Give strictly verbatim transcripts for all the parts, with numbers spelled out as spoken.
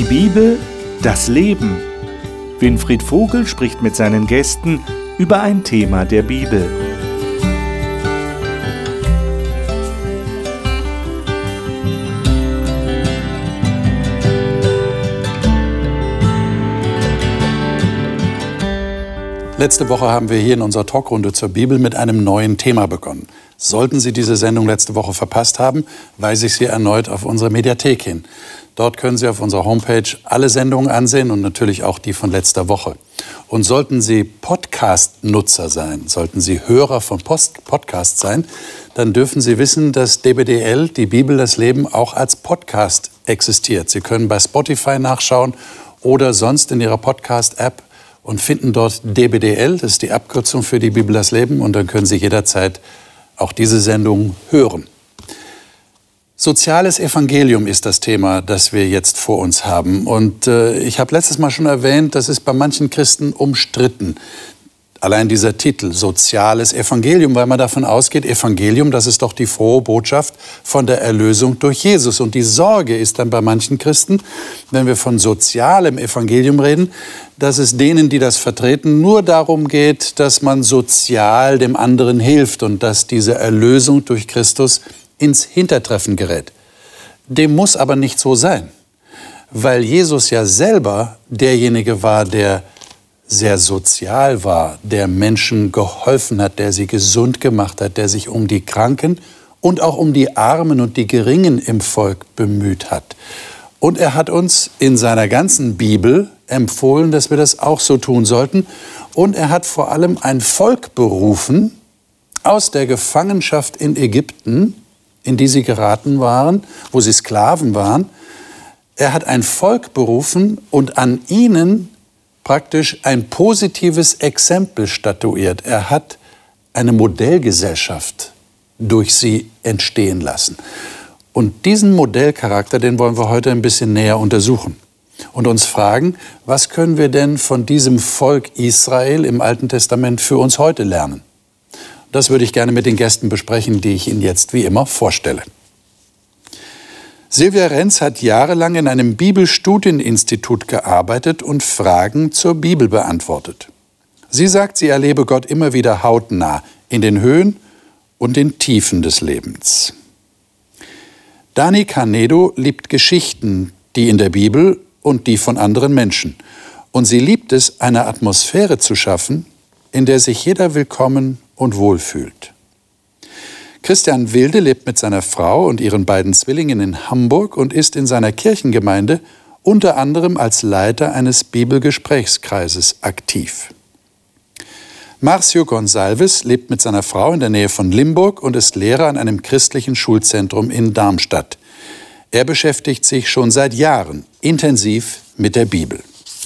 Die Bibel, das Leben. Winfried Vogel spricht mit seinen Gästen über ein Thema der Bibel. Letzte Woche haben wir hier in unserer Talkrunde zur Bibel mit einem neuen Thema begonnen. Sollten Sie diese Sendung letzte Woche verpasst haben, weise ich Sie erneut auf unsere Mediathek hin. Dort können Sie auf unserer Homepage alle Sendungen ansehen und natürlich auch die von letzter Woche. Und sollten Sie Podcast-Nutzer sein, sollten Sie Hörer von Post- Podcasts sein, dann dürfen Sie wissen, dass D B D L, die Bibel, das Leben, auch als Podcast existiert. Sie können bei Spotify nachschauen oder sonst in Ihrer Podcast-App und finden dort D B D L, das ist die Abkürzung für die Bibel, das Leben, und dann können Sie jederzeit auch diese Sendung hören. Soziales Evangelium ist das Thema, das wir jetzt vor uns haben. Und äh, ich habe letztes Mal schon erwähnt, das ist bei manchen Christen umstritten. Allein dieser Titel, Soziales Evangelium, weil man davon ausgeht, Evangelium, das ist doch die frohe Botschaft von der Erlösung durch Jesus. Und die Sorge ist dann bei manchen Christen, wenn wir von sozialem Evangelium reden, dass es denen, die das vertreten, nur darum geht, dass man sozial dem anderen hilft und dass diese Erlösung durch Christus ins Hintertreffen gerät. Dem muss aber nicht so sein, weil Jesus ja selber derjenige war, der sehr sozial war, der Menschen geholfen hat, der sie gesund gemacht hat, der sich um die Kranken und auch um die Armen und die Geringen im Volk bemüht hat. Und er hat uns in seiner ganzen Bibel empfohlen, dass wir das auch so tun sollten. Und er hat vor allem ein Volk berufen aus der Gefangenschaft in Ägypten, in die sie geraten waren, wo sie Sklaven waren. Er hat ein Volk berufen und an ihnen praktisch ein positives Exempel statuiert. Er hat eine Modellgesellschaft durch sie entstehen lassen. Und diesen Modellcharakter, den wollen wir heute ein bisschen näher untersuchen und uns fragen, was können wir denn von diesem Volk Israel im Alten Testament für uns heute lernen? Das würde ich gerne mit den Gästen besprechen, die ich Ihnen jetzt wie immer vorstelle. Silvia Renz hat jahrelang in einem Bibelstudieninstitut gearbeitet und Fragen zur Bibel beantwortet. Sie sagt, sie erlebe Gott immer wieder hautnah in den Höhen und den Tiefen des Lebens. Dani Canedo liebt Geschichten, die in der Bibel und die von anderen Menschen. Und sie liebt es, eine Atmosphäre zu schaffen, in der sich jeder willkommen und wohlfühlt. Christian Wilde lebt mit seiner Frau und ihren beiden Zwillingen in Hamburg und ist in seiner Kirchengemeinde unter anderem als Leiter eines Bibelgesprächskreises aktiv. Marcio Gonsalves lebt mit seiner Frau in der Nähe von Limburg und ist Lehrer an einem christlichen Schulzentrum in Darmstadt. Er beschäftigt sich schon seit Jahren intensiv mit der Bibel.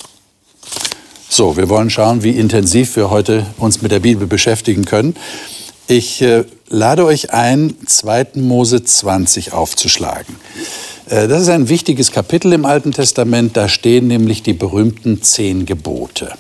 So, wir wollen schauen, wie intensiv wir heute uns mit der Bibel beschäftigen können. Ich äh, lade euch ein, zweiten Mose zwanzig aufzuschlagen. Äh, das ist ein wichtiges Kapitel im Alten Testament. Da stehen nämlich die berühmten zehn Gebote.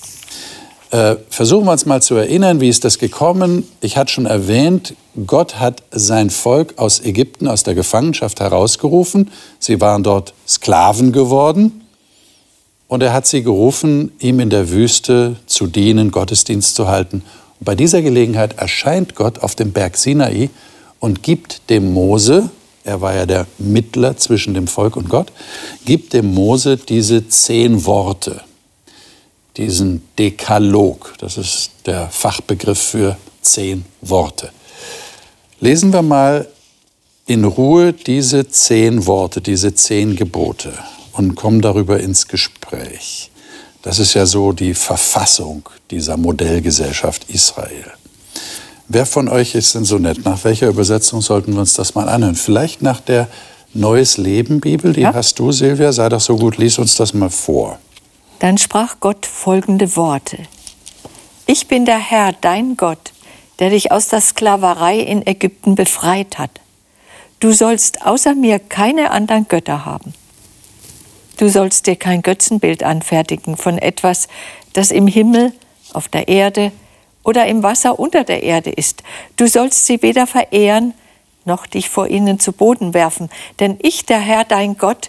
Äh, versuchen wir uns mal zu erinnern, wie ist das gekommen? Ich hatte schon erwähnt, Gott hat sein Volk aus Ägypten, aus der Gefangenschaft herausgerufen. Sie waren dort Sklaven geworden. Und er hat sie gerufen, ihm in der Wüste zu dienen, Gottesdienst zu halten. Und bei dieser Gelegenheit erscheint Gott auf dem Berg Sinai und gibt dem Mose, er war ja der Mittler zwischen dem Volk und Gott, gibt dem Mose diese zehn Worte, diesen Dekalog. Das ist der Fachbegriff für zehn Worte. Lesen wir mal in Ruhe diese zehn Worte, diese zehn Gebote und kommen darüber ins Gespräch. Das ist ja so die Verfassung dieser Modellgesellschaft Israel. Wer von euch ist denn so nett? Nach welcher Übersetzung sollten wir uns das mal anhören? Vielleicht nach der Neues Leben Bibel, die ja. Hast du, Silvia? Sei doch so gut, lies uns das mal vor. Dann sprach Gott folgende Worte. Ich bin der Herr, dein Gott, der dich aus der Sklaverei in Ägypten befreit hat. Du sollst außer mir keine anderen Götter haben. Du sollst dir kein Götzenbild anfertigen von etwas, das im Himmel, auf der Erde oder im Wasser unter der Erde ist. Du sollst sie weder verehren, noch dich vor ihnen zu Boden werfen. Denn ich, der Herr, dein Gott,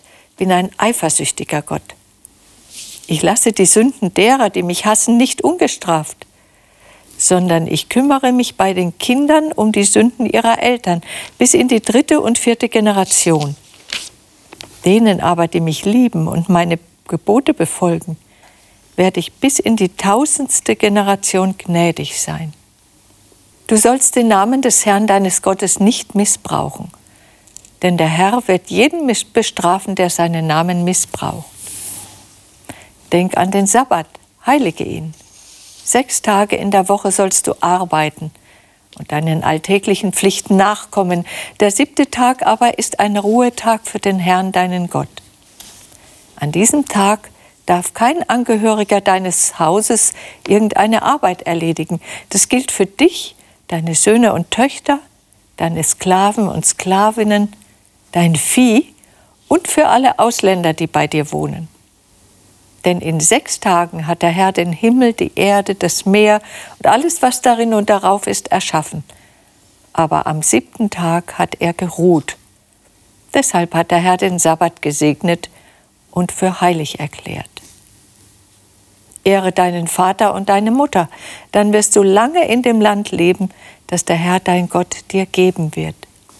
bin ein eifersüchtiger Gott. Ich lasse die Sünden derer, die mich hassen, nicht ungestraft, sondern ich kümmere mich bei den Kindern um die Sünden ihrer Eltern bis in die dritte und vierte Generation. Denen aber, die mich lieben und meine Gebote befolgen, werde ich bis in die tausendste Generation gnädig sein. Du sollst den Namen des Herrn deines Gottes nicht missbrauchen, denn der Herr wird jeden bestrafen, der seinen Namen missbraucht. Denk an den Sabbat, heilige ihn. Sechs Tage in der Woche sollst du arbeiten und deinen alltäglichen Pflichten nachkommen. Der siebte Tag aber ist ein Ruhetag für den Herrn, deinen Gott. An diesem Tag darf kein Angehöriger deines Hauses irgendeine Arbeit erledigen. Das gilt für dich, deine Söhne und Töchter, deine Sklaven und Sklavinnen, dein Vieh und für alle Ausländer, die bei dir wohnen. Denn in sechs Tagen hat der Herr den Himmel, die Erde, das Meer und alles, was darin und darauf ist, erschaffen. Aber am siebten Tag hat er geruht. Deshalb hat der Herr den Sabbat gesegnet und für heilig erklärt. Ehre deinen Vater und deine Mutter, dann wirst du lange in dem Land leben, das der Herr dein Gott dir geben wird.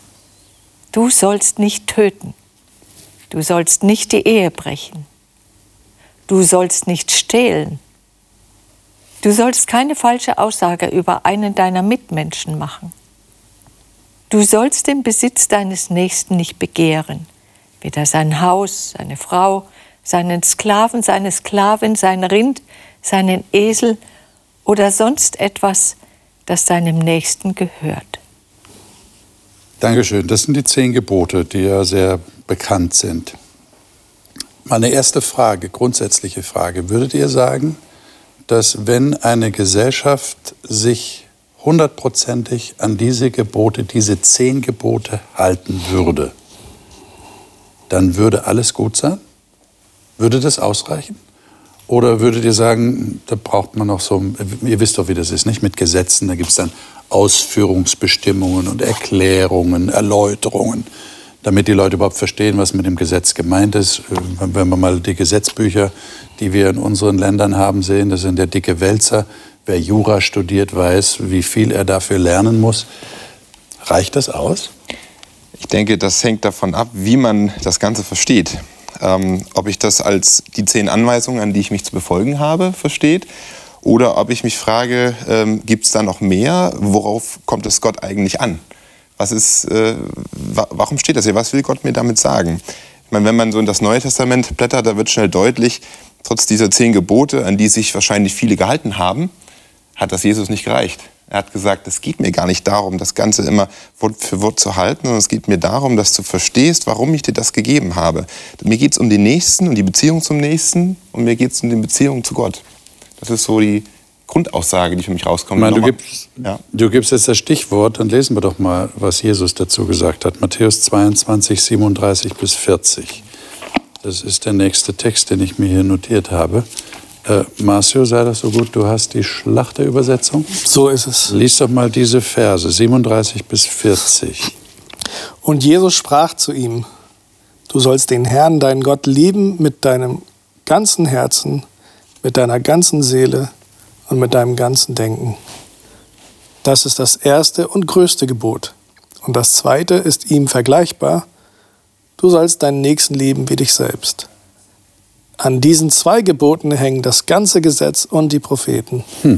Du sollst nicht töten. Du sollst nicht die Ehe brechen. Du sollst nicht stehlen. Du sollst keine falsche Aussage über einen deiner Mitmenschen machen. Du sollst den Besitz deines Nächsten nicht begehren, weder sein Haus, seine Frau, seinen Sklaven, seine Sklavin, sein Rind, seinen Esel oder sonst etwas, das deinem Nächsten gehört. Dankeschön. Das sind die zehn Gebote, die ja sehr bekannt sind. Meine erste Frage, grundsätzliche Frage. Würdet ihr sagen, dass wenn eine Gesellschaft sich hundertprozentig an diese Gebote, diese zehn Gebote halten würde, dann würde alles gut sein? Würde das ausreichen? Oder würdet ihr sagen, da braucht man noch so, ihr wisst doch, wie das ist, nicht mit Gesetzen, da gibt es dann Ausführungsbestimmungen und Erklärungen, Erläuterungen, damit die Leute überhaupt verstehen, was mit dem Gesetz gemeint ist. Wenn wir mal die Gesetzbücher, die wir in unseren Ländern haben, sehen, das sind der dicke Wälzer. Wer Jura studiert, weiß, wie viel er dafür lernen muss. Reicht das aus? Ich denke, das hängt davon ab, wie man das Ganze versteht. Ähm, ob ich das als die zehn Anweisungen, an die ich mich zu befolgen habe, versteht, oder ob ich mich frage, ähm, gibt es da noch mehr? Worauf kommt es Gott eigentlich an? Was ist, äh, wa- warum steht das hier? Was will Gott mir damit sagen? Ich meine, wenn man so in das Neue Testament blättert, da wird schnell deutlich, trotz dieser zehn Gebote, an die sich wahrscheinlich viele gehalten haben, hat das Jesus nicht gereicht. Er hat gesagt, es geht mir gar nicht darum, das Ganze immer Wort für Wort zu halten, sondern es geht mir darum, dass du verstehst, warum ich dir das gegeben habe. Mir geht es um den Nächsten, um die Beziehung zum Nächsten und mir geht es um die Beziehung zu Gott. Das ist so die Grundaussage, die für mich rauskommt. Ich meine, du, gibst, ja. du gibst jetzt das Stichwort, dann lesen wir doch mal, was Jesus dazu gesagt hat. Matthäus zweiundzwanzig, siebenunddreißig bis vierzig. Das ist der nächste Text, den ich mir hier notiert habe. Äh, Marcio, sei das so gut, du hast die Schlachterübersetzung? So ist es. Lies doch mal diese Verse, siebenunddreißig bis vierzig. Und Jesus sprach zu ihm: Du sollst den Herrn, deinen Gott, lieben mit deinem ganzen Herzen, mit deiner ganzen Seele und mit deinem ganzen Denken. Das ist das erste und größte Gebot. Und das zweite ist ihm vergleichbar: Du sollst deinen Nächsten lieben wie dich selbst. An diesen zwei Geboten hängen das ganze Gesetz und die Propheten. Hm.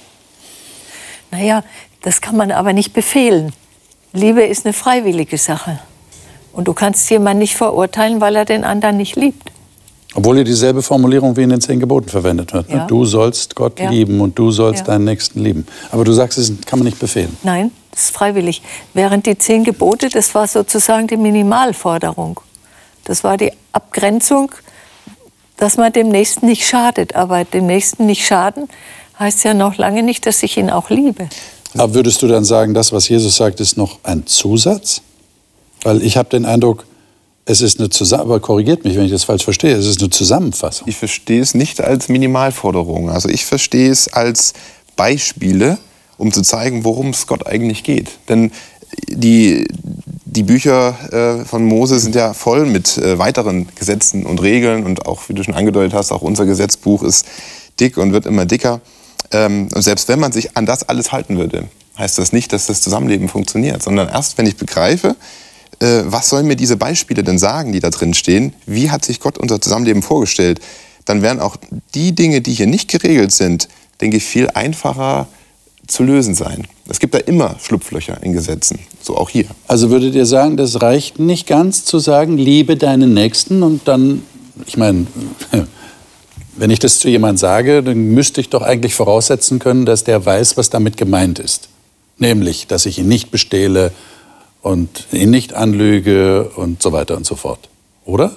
Naja, das kann man aber nicht befehlen. Liebe ist eine freiwillige Sache. Und du kannst jemanden nicht verurteilen, weil er den anderen nicht liebt. Obwohl hier dieselbe Formulierung wie in den zehn Geboten verwendet wird. Ja. Du sollst Gott Ja. lieben und du sollst Ja. deinen Nächsten lieben. Aber du sagst, das kann man nicht befehlen. Nein, das ist freiwillig. Während die zehn Gebote, das war sozusagen die Minimalforderung. Das war die Abgrenzung, dass man dem Nächsten nicht schadet. Aber dem Nächsten nicht schaden heißt ja noch lange nicht, dass ich ihn auch liebe. Aber würdest du dann sagen, das, was Jesus sagt, ist noch ein Zusatz? Weil ich habe den Eindruck, es ist eine Zusammenfassung, aber korrigiert mich, wenn ich das falsch verstehe, es ist eine Zusammenfassung. Ich verstehe es nicht als Minimalforderung. Also ich verstehe es als Beispiele, um zu zeigen, worum es Gott eigentlich geht. Denn die, die Bücher äh, von Mose sind ja voll mit äh, weiteren Gesetzen und Regeln und auch, wie du schon angedeutet hast, auch unser Gesetzbuch ist dick und wird immer dicker. Ähm, und selbst wenn man sich an das alles halten würde, heißt das nicht, dass das Zusammenleben funktioniert, sondern erst, wenn ich begreife, äh, was sollen mir diese Beispiele denn sagen, die da drin stehen, wie hat sich Gott unser Zusammenleben vorgestellt, dann werden auch die Dinge, die hier nicht geregelt sind, denke ich, viel einfacher zu lösen sein. Es gibt da immer Schlupflöcher in Gesetzen, so auch hier. Also würdet ihr sagen, das reicht nicht ganz zu sagen, liebe deinen Nächsten und dann, ich meine, wenn ich das zu jemandem sage, dann müsste ich doch eigentlich voraussetzen können, dass der weiß, was damit gemeint ist. Nämlich, dass ich ihn nicht bestehle und ihn nicht anlüge und so weiter und so fort. Oder?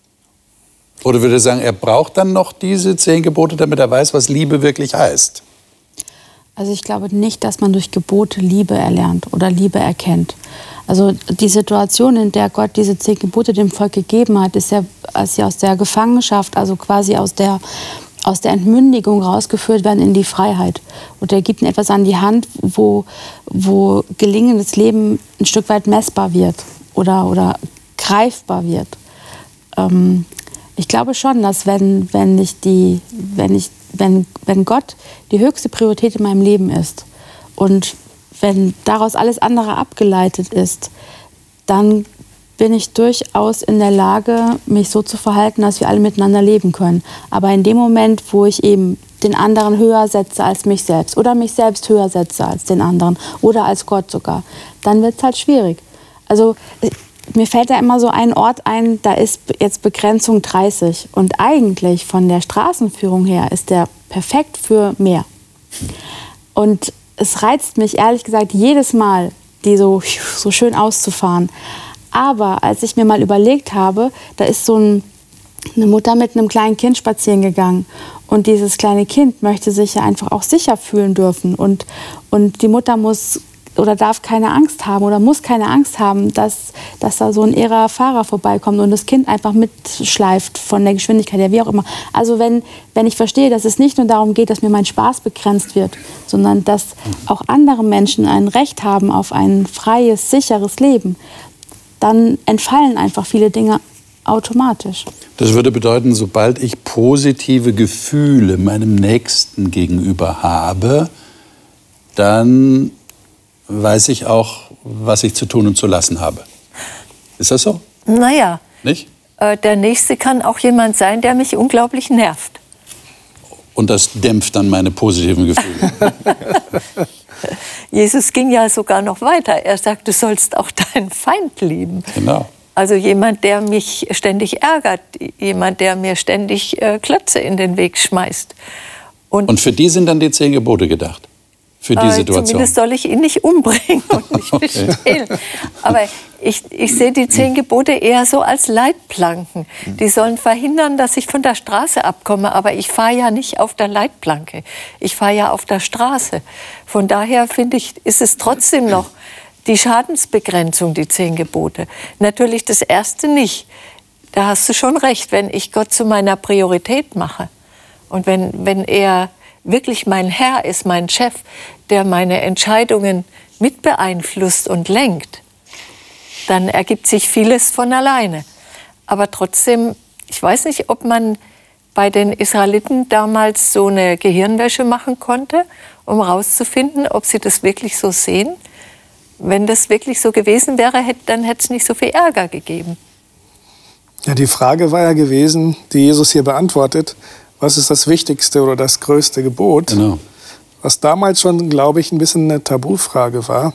Oder würde ihr sagen, er braucht dann noch diese zehn Gebote, damit er weiß, was Liebe wirklich heißt? Also ich glaube nicht, dass man durch Gebote Liebe erlernt oder Liebe erkennt. Also die Situation, in der Gott diese zehn Gebote dem Volk gegeben hat, ist ja, als sie aus der Gefangenschaft, also quasi aus der, aus der Entmündigung rausgeführt werden in die Freiheit. Und er gibt ihnen etwas an die Hand, wo, wo gelingendes Leben ein Stück weit messbar wird oder, oder greifbar wird. Ähm, ich glaube schon, dass wenn, wenn ich die, wenn ich Wenn, wenn Gott die höchste Priorität in meinem Leben ist und wenn daraus alles andere abgeleitet ist, dann bin ich durchaus in der Lage, mich so zu verhalten, dass wir alle miteinander leben können. Aber in dem Moment, wo ich eben den anderen höher setze als mich selbst oder mich selbst höher setze als den anderen oder als Gott sogar, dann wird es halt schwierig. Also mir fällt da immer so ein Ort ein, da ist jetzt Begrenzung dreißig. Und eigentlich von der Straßenführung her ist der perfekt für mehr. Und es reizt mich ehrlich gesagt jedes Mal, die so, so schön auszufahren. Aber als ich mir mal überlegt habe, da ist so ein, eine Mutter mit einem kleinen Kind spazieren gegangen. Und dieses kleine Kind möchte sich ja einfach auch sicher fühlen dürfen. Und, und die Mutter muss oder darf keine Angst haben oder muss keine Angst haben, dass, dass da so ein irrer Fahrer vorbeikommt und das Kind einfach mitschleift von der Geschwindigkeit her, wie auch immer. Also wenn, wenn ich verstehe, dass es nicht nur darum geht, dass mir mein Spaß begrenzt wird, sondern dass auch andere Menschen ein Recht haben auf ein freies, sicheres Leben, dann entfallen einfach viele Dinge automatisch. Das würde bedeuten, sobald ich positive Gefühle meinem Nächsten gegenüber habe, dann weiß ich auch, was ich zu tun und zu lassen habe. Ist das so? Naja, nicht? Äh, der Nächste kann auch jemand sein, der mich unglaublich nervt. Und das dämpft dann meine positiven Gefühle. Jesus ging ja sogar noch weiter. Er sagt, du sollst auch deinen Feind lieben. Genau. Also jemand, der mich ständig ärgert, jemand, der mir ständig äh, Klötze in den Weg schmeißt. Und, und für die sind dann die zehn Gebote gedacht? Für die äh, Situation? Zumindest soll ich ihn nicht umbringen und nicht Okay. bestehlen. Aber ich, ich sehe die zehn Gebote eher so als Leitplanken. Die sollen verhindern, dass ich von der Straße abkomme. Aber ich fahre ja nicht auf der Leitplanke. Ich fahre ja auf der Straße. Von daher finde ich, ist es trotzdem noch die Schadensbegrenzung, die zehn Gebote. Natürlich das erste nicht. Da hast du schon recht, wenn ich Gott zu meiner Priorität mache. Und wenn, wenn er wirklich mein Herr ist, mein Chef, der meine Entscheidungen mit beeinflusst und lenkt, dann ergibt sich vieles von alleine. Aber trotzdem, ich weiß nicht, ob man bei den Israeliten damals so eine Gehirnwäsche machen konnte, um herauszufinden, ob sie das wirklich so sehen. Wenn das wirklich so gewesen wäre, dann hätte es nicht so viel Ärger gegeben. Ja, die Frage war ja gewesen, die Jesus hier beantwortet, was ist das wichtigste oder das größte Gebot? Genau. Was damals schon, glaube ich, ein bisschen eine Tabufrage war.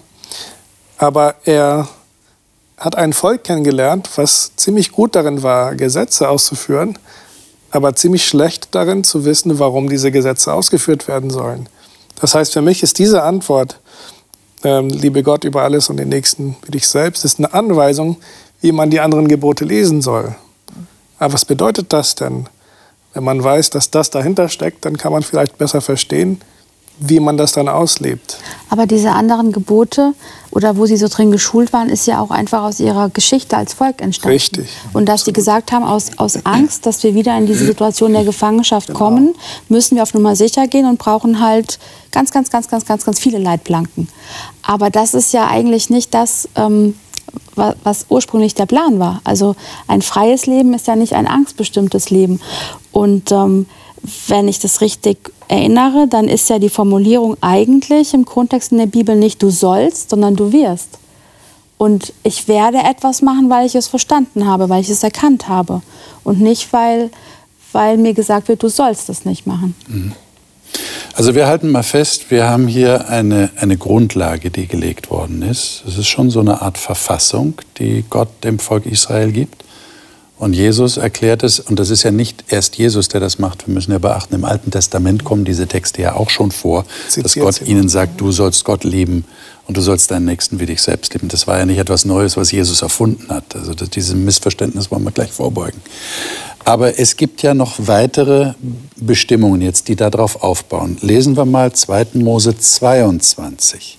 Aber er hat ein Volk kennengelernt, was ziemlich gut darin war, Gesetze auszuführen, aber ziemlich schlecht darin zu wissen, warum diese Gesetze ausgeführt werden sollen. Das heißt, für mich ist diese Antwort, ähm, liebe Gott über alles und den Nächsten wie dich selbst, ist eine Anweisung, wie man die anderen Gebote lesen soll. Aber was bedeutet das denn? Wenn man weiß, dass das dahinter steckt, dann kann man vielleicht besser verstehen, wie man das dann auslebt. Aber diese anderen Gebote oder wo sie so drin geschult waren, ist ja auch einfach aus ihrer Geschichte als Volk entstanden. Richtig. Und dass sie gesagt haben, aus, aus Angst, dass wir wieder in diese Situation der Gefangenschaft Genau. kommen, müssen wir auf Nummer sicher gehen und brauchen halt ganz, ganz, ganz, ganz, ganz, ganz viele Leitplanken. Aber das ist ja eigentlich nicht das, ähm, was ursprünglich der Plan war. Also ein freies Leben ist ja nicht ein angstbestimmtes Leben. Und ähm, wenn ich das richtig erinnere, dann ist ja die Formulierung eigentlich im Kontext in der Bibel nicht du sollst, sondern du wirst. Und ich werde etwas machen, weil ich es verstanden habe, weil ich es erkannt habe. Und nicht, weil, weil mir gesagt wird, du sollst es nicht machen. Also wir halten mal fest, wir haben hier eine, eine Grundlage, die gelegt worden ist. Es ist schon so eine Art Verfassung, die Gott dem Volk Israel gibt. Und Jesus erklärt es, und das ist ja nicht erst Jesus, der das macht. Wir müssen ja beachten, im Alten Testament kommen diese Texte ja auch schon vor, dass Gott ihnen sagt, du sollst Gott lieben und du sollst deinen Nächsten wie dich selbst lieben. Das war ja nicht etwas Neues, was Jesus erfunden hat. Also das, diesem Missverständnis wollen wir gleich vorbeugen. Aber es gibt ja noch weitere Bestimmungen jetzt, die darauf aufbauen. Lesen wir mal zweiter Mose zweiundzwanzig.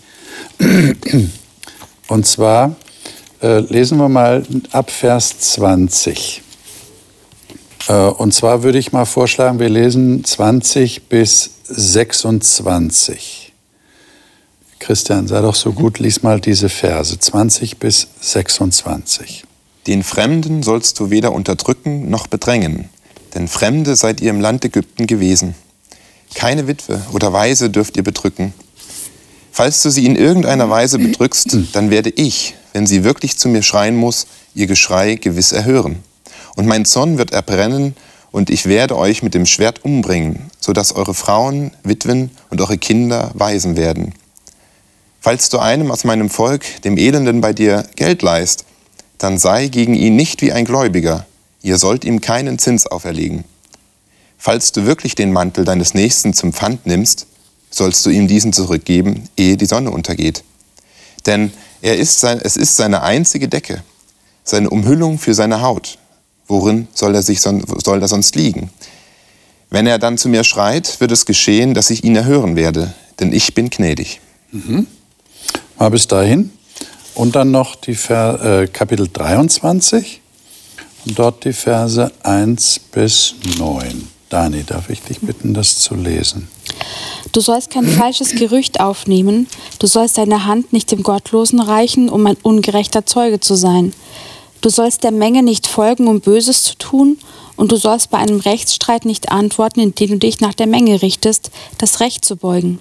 Und zwar äh, lesen wir mal ab Vers zwanzig. Äh, und zwar würde ich mal vorschlagen, wir lesen zwanzig bis sechsundzwanzig. Christian, sei doch so gut, lies mal diese Verse, zwanzig bis sechsundzwanzig. Den Fremden sollst du weder unterdrücken noch bedrängen, denn Fremde seid ihr im Land Ägypten gewesen. Keine Witwe oder Waise dürft ihr bedrücken. Falls du sie in irgendeiner Weise bedrückst, dann werde ich, wenn sie wirklich zu mir schreien muss, ihr Geschrei gewiss erhören. Und mein Zorn wird erbrennen, und ich werde euch mit dem Schwert umbringen, sodass eure Frauen, Witwen und eure Kinder Waisen werden. Falls du einem aus meinem Volk, dem Elenden bei dir, Geld leihst, dann sei gegen ihn nicht wie ein Gläubiger, ihr sollt ihm keinen Zins auferlegen. Falls du wirklich den Mantel deines Nächsten zum Pfand nimmst, sollst du ihm diesen zurückgeben, ehe die Sonne untergeht. Denn er ist sein, es ist seine einzige Decke, seine Umhüllung für seine Haut. Worin soll er, sich son, soll er sonst liegen? Wenn er dann zu mir schreit, wird es geschehen, dass ich ihn erhören werde, denn ich bin gnädig. Mhm. Mal bis dahin. Und dann noch die Ver, äh, Kapitel dreiundzwanzig und dort die Verse eins bis neun. Dani, darf ich dich bitten, das zu lesen? Du sollst kein falsches Gerücht aufnehmen, du sollst deine Hand nicht dem Gottlosen reichen, um ein ungerechter Zeuge zu sein. Du sollst der Menge nicht folgen, um Böses zu tun, und du sollst bei einem Rechtsstreit nicht antworten, indem du dich nach der Menge richtest, das Recht zu beugen.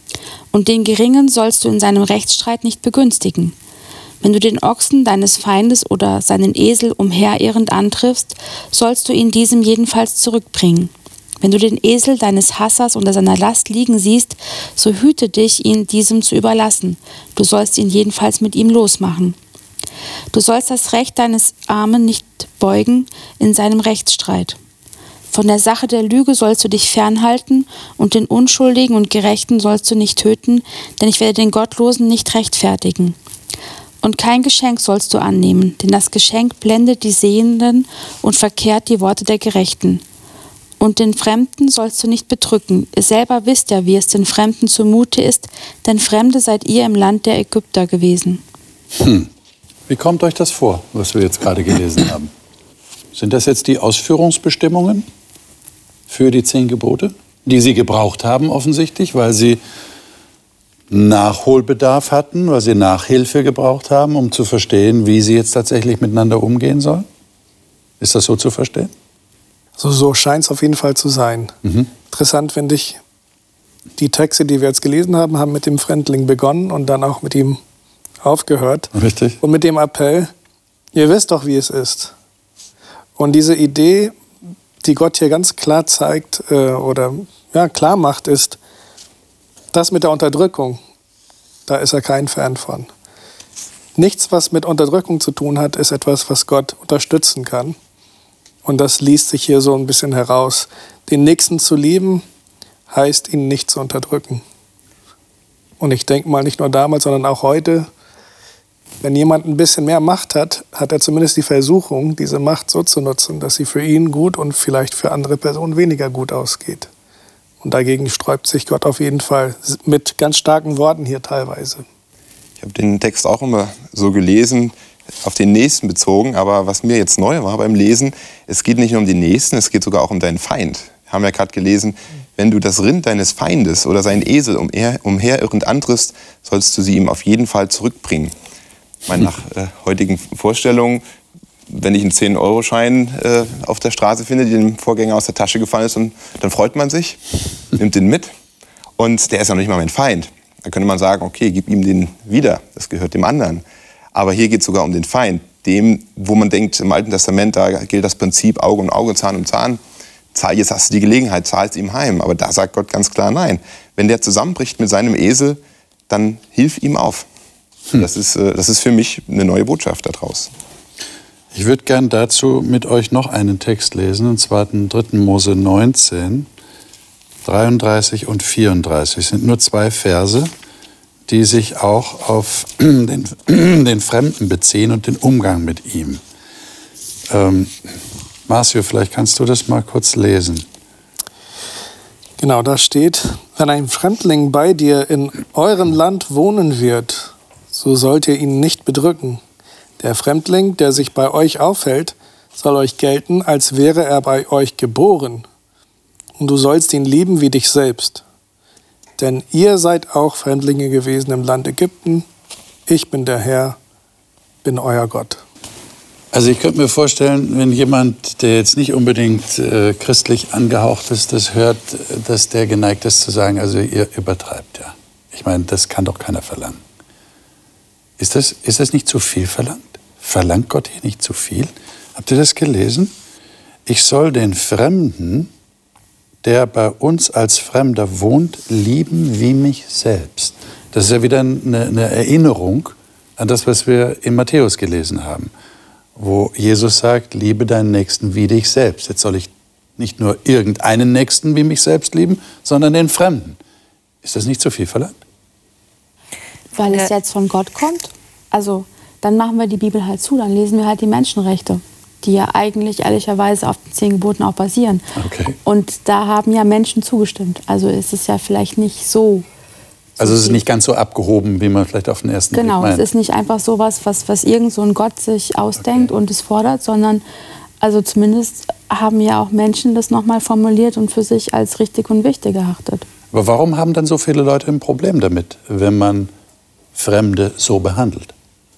Und den Geringen sollst du in seinem Rechtsstreit nicht begünstigen. Wenn du den Ochsen deines Feindes oder seinen Esel umherirrend antriffst, sollst du ihn diesem jedenfalls zurückbringen. Wenn du den Esel deines Hassers unter seiner Last liegen siehst, so hüte dich, ihn diesem zu überlassen. Du sollst ihn jedenfalls mit ihm losmachen. Du sollst das Recht deines Armen nicht beugen in seinem Rechtsstreit. Von der Sache der Lüge sollst du dich fernhalten, und den Unschuldigen und Gerechten sollst du nicht töten, denn ich werde den Gottlosen nicht rechtfertigen. Und kein Geschenk sollst du annehmen, denn das Geschenk blendet die Sehenden und verkehrt die Worte der Gerechten. Und den Fremden sollst du nicht bedrücken. Ihr selber wisst ja, wie es den Fremden zumute ist, denn Fremde seid ihr im Land der Ägypter gewesen. Hm. Wie kommt euch das vor, was wir jetzt gerade gelesen haben? Sind das jetzt die Ausführungsbestimmungen für die zehn Gebote, die sie gebraucht haben offensichtlich, weil sie Nachholbedarf hatten, weil sie Nachhilfe gebraucht haben, um zu verstehen, wie sie jetzt tatsächlich miteinander umgehen sollen? Ist das so zu verstehen? So, so scheint es auf jeden Fall zu sein. Mhm. Interessant finde ich, die Texte, die wir jetzt gelesen haben, haben mit dem Fremdling begonnen und dann auch mit ihm aufgehört. Richtig. Und mit dem Appell, ihr wisst doch, wie es ist. Und diese Idee, die Gott hier ganz klar zeigt äh, oder ja, klar macht, ist, das mit der Unterdrückung, da ist er kein Fan von. Nichts, was mit Unterdrückung zu tun hat, ist etwas, was Gott unterstützen kann. Und das liest sich hier so ein bisschen heraus. Den Nächsten zu lieben, heißt, ihn nicht zu unterdrücken. Und ich denke mal, nicht nur damals, sondern auch heute, wenn jemand ein bisschen mehr Macht hat, hat er zumindest die Versuchung, diese Macht so zu nutzen, dass sie für ihn gut und vielleicht für andere Personen weniger gut ausgeht. Und dagegen sträubt sich Gott auf jeden Fall mit ganz starken Worten hier teilweise. Ich habe den Text auch immer so gelesen, auf den Nächsten bezogen. Aber was mir jetzt neu war beim Lesen, es geht nicht nur um den Nächsten, es geht sogar auch um deinen Feind. Wir haben ja gerade gelesen, wenn du das Rind deines Feindes oder seinen Esel umher, umherirrend antriffst, sollst du sie ihm auf jeden Fall zurückbringen. Ich meine, nach äh, heutigen Vorstellungen, wenn ich einen zehn-Euro-Schein äh, auf der Straße finde, der dem Vorgänger aus der Tasche gefallen ist, und dann freut man sich, nimmt den mit und der ist ja noch nicht mal mein Feind. Dann könnte man sagen, okay, gib ihm den wieder, das gehört dem anderen. Aber hier geht es sogar um den Feind, dem, wo man denkt, im Alten Testament, da gilt das Prinzip Auge um Auge, Zahn um Zahn. Jetzt hast du die Gelegenheit, zahlst ihm heim. Aber da sagt Gott ganz klar nein. Wenn der zusammenbricht mit seinem Esel, dann hilf ihm auf. Hm. Das ist, das ist für mich eine neue Botschaft daraus. Ich würde gern dazu mit euch noch einen Text lesen, und zwar den dritten Mose neunzehn, dreiunddreißig und vierunddreißig. Es sind nur zwei Verse, die sich auch auf den, den Fremden beziehen und den Umgang mit ihm. Ähm, Marcio, vielleicht kannst du das mal kurz lesen. Genau, da steht, wenn ein Fremdling bei dir in eurem Land wohnen wird, so sollt ihr ihn nicht bedrücken. Der Fremdling, der sich bei euch aufhält, soll euch gelten, als wäre er bei euch geboren. Und du sollst ihn lieben wie dich selbst. Denn ihr seid auch Fremdlinge gewesen im Land Ägypten. Ich bin der Herr, bin euer Gott. Also ich könnte mir vorstellen, wenn jemand, der jetzt nicht unbedingt äh, christlich angehaucht ist, das hört, dass der geneigt ist zu sagen, also ihr übertreibt ja. Ich meine, das kann doch keiner verlangen. Ist das, ist das nicht zu viel verlangt? Verlangt Gott hier nicht zu viel? Habt ihr das gelesen? Ich soll den Fremden, der bei uns als Fremder wohnt, lieben wie mich selbst. Das ist ja wieder eine, eine Erinnerung an das, was wir in Matthäus gelesen haben, wo Jesus sagt, liebe deinen Nächsten wie dich selbst. Jetzt soll ich nicht nur irgendeinen Nächsten wie mich selbst lieben, sondern den Fremden. Ist das nicht zu viel verlangt? Weil es jetzt von Gott kommt? Also, dann machen wir die Bibel halt zu, dann lesen wir halt die Menschenrechte, die ja eigentlich ehrlicherweise auf den zehn Geboten auch basieren. Okay. Und da haben ja Menschen zugestimmt. Also ist es ja vielleicht nicht so. Also es ist nicht ganz so abgehoben, wie man vielleicht auf den ersten Blick meint. Genau, es ist nicht einfach so was, was, was irgend so ein Gott sich ausdenkt Okay. und es fordert, sondern also zumindest haben ja auch Menschen das nochmal formuliert und für sich als richtig und wichtig erachtet. Aber warum haben dann so viele Leute ein Problem damit, wenn man Fremde so behandelt?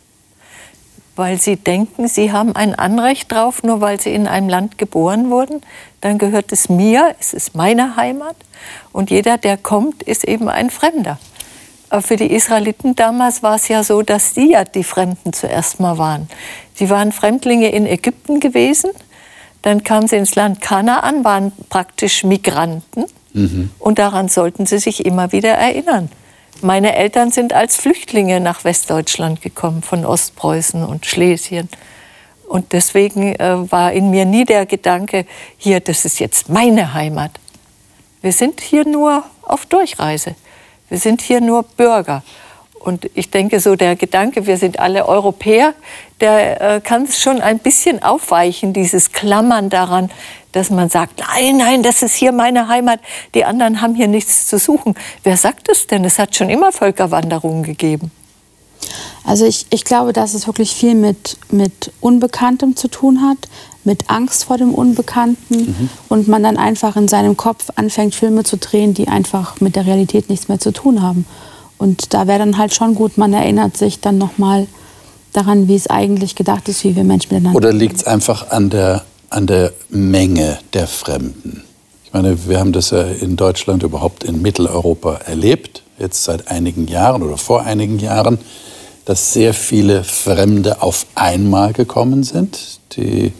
Weil sie denken, sie haben ein Anrecht drauf, nur weil sie in einem Land geboren wurden. Dann gehört es mir, es ist meine Heimat. Und jeder, der kommt, ist eben ein Fremder. Aber für die Israeliten damals war es ja so, dass die ja die Fremden zuerst mal waren. Sie waren Fremdlinge in Ägypten gewesen. Dann kamen sie ins Land Kanaan, waren praktisch Migranten. Mhm. Und daran sollten sie sich immer wieder erinnern. Meine Eltern sind als Flüchtlinge nach Westdeutschland gekommen, von Ostpreußen und Schlesien. Und deswegen äh, war in mir nie der Gedanke, hier, das ist jetzt meine Heimat. Wir sind hier nur auf Durchreise. Wir sind hier nur Bürger. Und ich denke, so der Gedanke, wir sind alle Europäer, der äh, kann schon ein bisschen aufweichen, dieses Klammern daran, dass man sagt, nein, nein, das ist hier meine Heimat, die anderen haben hier nichts zu suchen. Wer sagt es denn? Es hat schon immer Völkerwanderungen gegeben. Also ich, ich glaube, dass es wirklich viel mit, mit Unbekanntem zu tun hat, mit Angst vor dem Unbekannten mhm. und man dann einfach in seinem Kopf anfängt, Filme zu drehen, die einfach mit der Realität nichts mehr zu tun haben. Und da wäre dann halt schon gut, man erinnert sich dann nochmal daran, wie es eigentlich gedacht ist, wie wir Menschen miteinander. Oder liegt es einfach an der, an der Menge der Fremden? Ich meine, wir haben das ja in Deutschland, überhaupt in Mitteleuropa erlebt, jetzt seit einigen Jahren oder vor einigen Jahren, dass sehr viele Fremde auf einmal gekommen sind, die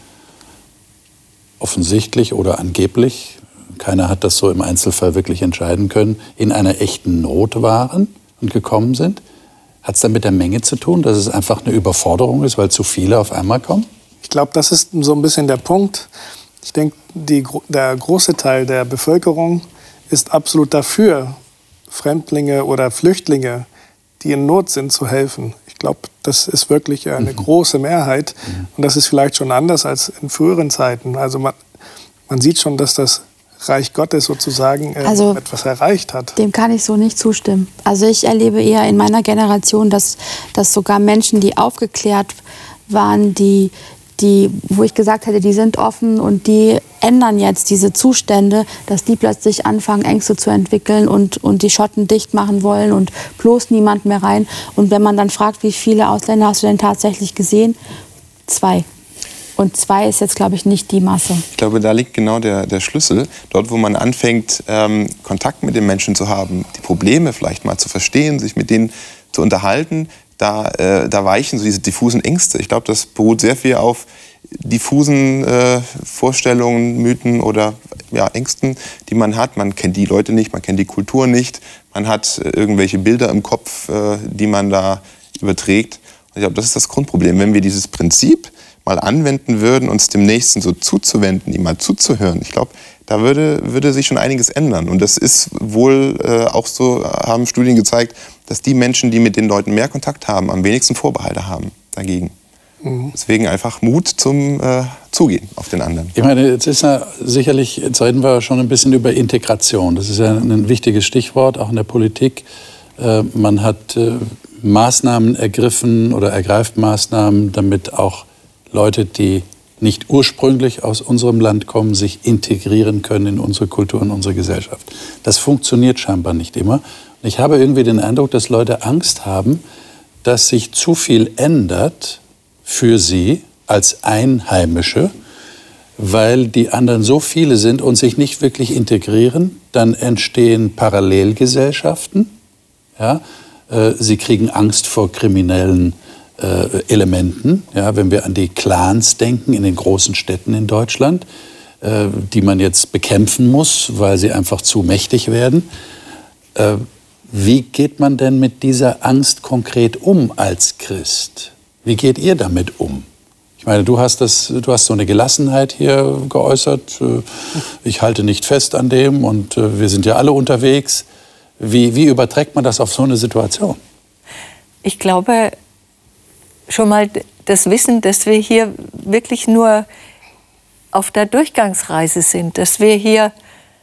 offensichtlich oder angeblich, keiner hat das so im Einzelfall wirklich entscheiden können, in einer echten Not waren und gekommen sind. Hat es dann mit der Menge zu tun, dass es einfach eine Überforderung ist, weil zu viele auf einmal kommen? Ich glaube, das ist so ein bisschen der Punkt. Ich denke, die, der große Teil der Bevölkerung ist absolut dafür, Fremdlinge oder Flüchtlinge, die in Not sind, zu helfen. Ich glaube, das ist wirklich eine mhm. große Mehrheit. Mhm. Und das ist vielleicht schon anders als in früheren Zeiten. Also man, man sieht schon, dass das Reich Gottes sozusagen äh, also, etwas erreicht hat. Dem kann ich so nicht zustimmen. Also ich erlebe eher in meiner Generation, dass, dass sogar Menschen, die aufgeklärt waren, die, die, wo ich gesagt hätte, die sind offen und die ändern jetzt diese Zustände, dass die plötzlich anfangen, Ängste zu entwickeln und, und die Schotten dicht machen wollen und bloß niemand mehr rein. Und wenn man dann fragt, wie viele Ausländer hast du denn tatsächlich gesehen? Zwei. Und zwei ist jetzt, glaube ich, nicht die Masse. Ich glaube, da liegt genau der, der Schlüssel. Dort, wo man anfängt, ähm, Kontakt mit den Menschen zu haben, die Probleme vielleicht mal zu verstehen, sich mit denen zu unterhalten, da, äh, da weichen so diese diffusen Ängste. Ich glaube, das beruht sehr viel auf diffusen äh, Vorstellungen, Mythen oder ja, Ängsten, die man hat. Man kennt die Leute nicht, man kennt die Kultur nicht, man hat äh, irgendwelche Bilder im Kopf, äh, die man da überträgt. Und ich glaube, das ist das Grundproblem. Wenn wir dieses Prinzip mal anwenden würden, uns dem Nächsten so zuzuwenden, ihm mal zuzuhören, ich glaube, da würde, würde sich schon einiges ändern. Und das ist wohl äh, auch so, haben Studien gezeigt, dass die Menschen, die mit den Leuten mehr Kontakt haben, am wenigsten Vorbehalte haben dagegen. Mhm. Deswegen einfach Mut zum äh, Zugehen auf den anderen. Ich meine, jetzt ist ja sicherlich, jetzt reden wir schon ein bisschen über Integration. Das ist ja ein wichtiges Stichwort, auch in der Politik. Äh, man hat äh, Maßnahmen ergriffen oder ergreift Maßnahmen, damit auch Leute, die nicht ursprünglich aus unserem Land kommen, sich integrieren können in unsere Kultur und unsere Gesellschaft. Das funktioniert scheinbar nicht immer. Und ich habe irgendwie den Eindruck, dass Leute Angst haben, dass sich zu viel ändert für sie als Einheimische, weil die anderen so viele sind und sich nicht wirklich integrieren. Dann entstehen Parallelgesellschaften. Ja? Sie kriegen Angst vor kriminellen Äh, Elementen, ja, wenn wir an die Clans denken in den großen Städten in Deutschland, äh, die man jetzt bekämpfen muss, weil sie einfach zu mächtig werden. Äh, wie geht man denn mit dieser Angst konkret um als Christ? Wie geht ihr damit um? Ich meine, du hast, das, du hast so eine Gelassenheit hier geäußert. Äh, ich halte nicht fest an dem und äh, wir sind ja alle unterwegs. Wie, wie überträgt man das auf so eine Situation? Ich glaube, schon mal das Wissen, dass wir hier wirklich nur auf der Durchgangsreise sind, dass wir hier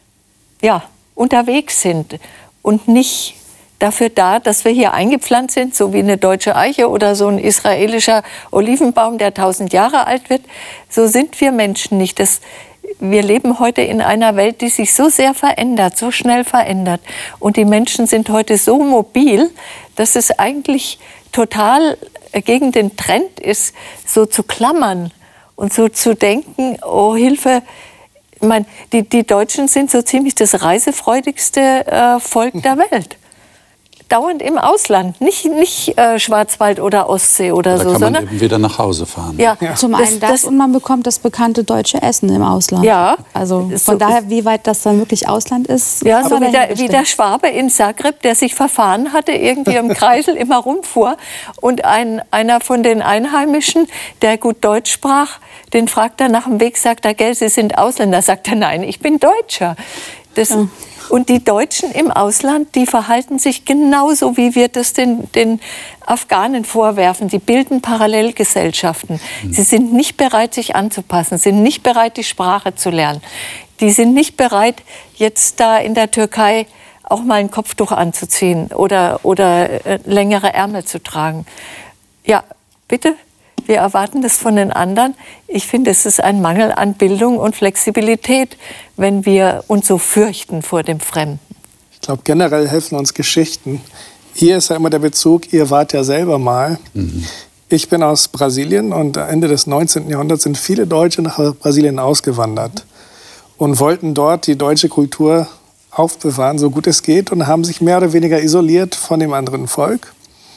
ja, unterwegs sind und nicht dafür da, dass wir hier eingepflanzt sind, so wie eine deutsche Eiche oder so ein israelischer Olivenbaum, der tausend Jahre alt wird. So sind wir Menschen nicht. Das, wir leben heute in einer Welt, die sich so sehr verändert, so schnell verändert. Und die Menschen sind heute so mobil, dass es eigentlich total gegen den Trend ist, so zu klammern und so zu denken, oh Hilfe, ich meine, die, die Deutschen sind so ziemlich das reisefreudigste äh, Volk der Welt. Dauernd im Ausland, nicht, nicht äh, Schwarzwald oder Ostsee oder da so. Da kann man sondern eben wieder nach Hause fahren. Ja, ja. Zum einen das, das und man bekommt das bekannte deutsche Essen im Ausland. Ja. Also von so daher, wie weit das dann wirklich Ausland ist. Ja, so wie der, wie der Schwabe in Zagreb, der sich verfahren hatte, irgendwie im Kreisel immer rumfuhr. Und ein, einer von den Einheimischen, der gut Deutsch sprach, den fragt er nach dem Weg, sagt er, gell, Sie sind Ausländer. Sagt er, nein, ich bin Deutscher. Das, ja. Und die Deutschen im Ausland, die verhalten sich genauso, wie wir das den, den Afghanen vorwerfen. Die bilden Parallelgesellschaften. Mhm. Sie sind nicht bereit, sich anzupassen, sind nicht bereit, die Sprache zu lernen. Die sind nicht bereit, jetzt da in der Türkei auch mal ein Kopftuch anzuziehen oder, oder äh, längere Ärmel zu tragen. Ja, bitte? Wir erwarten das von den anderen. Ich finde, es ist ein Mangel an Bildung und Flexibilität, wenn wir uns so fürchten vor dem Fremden. Ich glaube, generell helfen uns Geschichten. Hier ist ja immer der Bezug, ihr wart ja selber mal. Mhm. Ich bin aus Brasilien und Ende des neunzehnten Jahrhunderts sind viele Deutsche nach Brasilien ausgewandert und wollten dort die deutsche Kultur aufbewahren, so gut es geht, und haben sich mehr oder weniger isoliert von dem anderen Volk.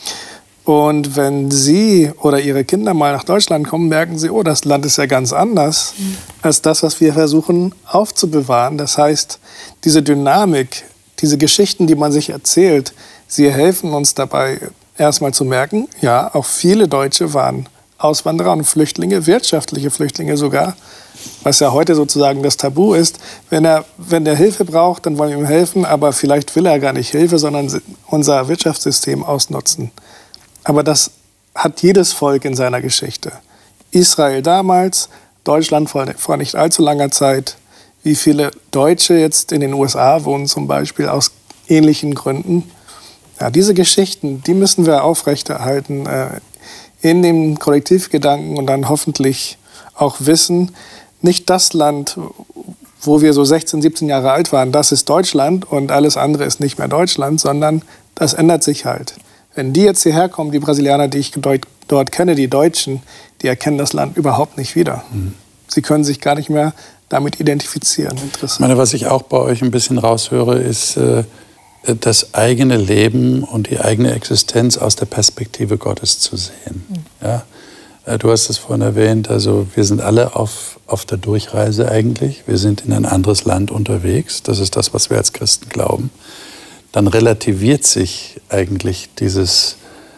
Und wenn Sie oder Ihre Kinder mal nach Deutschland kommen, merken Sie, oh, das Land ist ja ganz anders mhm. als das, was wir versuchen aufzubewahren. Das heißt, diese Dynamik, diese Geschichten, die man sich erzählt, sie helfen uns dabei, erstmal zu merken, ja, auch viele Deutsche waren Auswanderer und Flüchtlinge, wirtschaftliche Flüchtlinge sogar, was ja heute sozusagen das Tabu ist. Wenn er, wenn er Hilfe braucht, dann wollen wir ihm helfen, aber vielleicht will er gar nicht Hilfe, sondern unser Wirtschaftssystem ausnutzen. Aber das hat jedes Volk in seiner Geschichte. Israel damals, Deutschland vor, vor nicht allzu langer Zeit. Wie viele Deutsche jetzt in den U S A wohnen zum Beispiel aus ähnlichen Gründen. Ja, diese Geschichten, die müssen wir aufrechterhalten äh, in dem Kollektivgedanken und dann hoffentlich auch wissen, nicht das Land, wo wir so sechzehn, siebzehn Jahre alt waren, das ist Deutschland und alles andere ist nicht mehr Deutschland, sondern das ändert sich halt. Wenn die jetzt hierher kommen, die Brasilianer, die ich dort kenne, die Deutschen, die erkennen das Land überhaupt nicht wieder. Mhm. Sie können sich gar nicht mehr damit identifizieren. Interessant. Ich meine, was ich auch bei euch ein bisschen raushöre, ist äh, das eigene Leben und die eigene Existenz aus der Perspektive Gottes zu sehen. Mhm. Ja? Äh, du hast es vorhin erwähnt, also wir sind alle auf, auf der Durchreise eigentlich. Wir sind in ein anderes Land unterwegs. Das ist das, was wir als Christen glauben. Dann relativiert sich eigentlich dieses,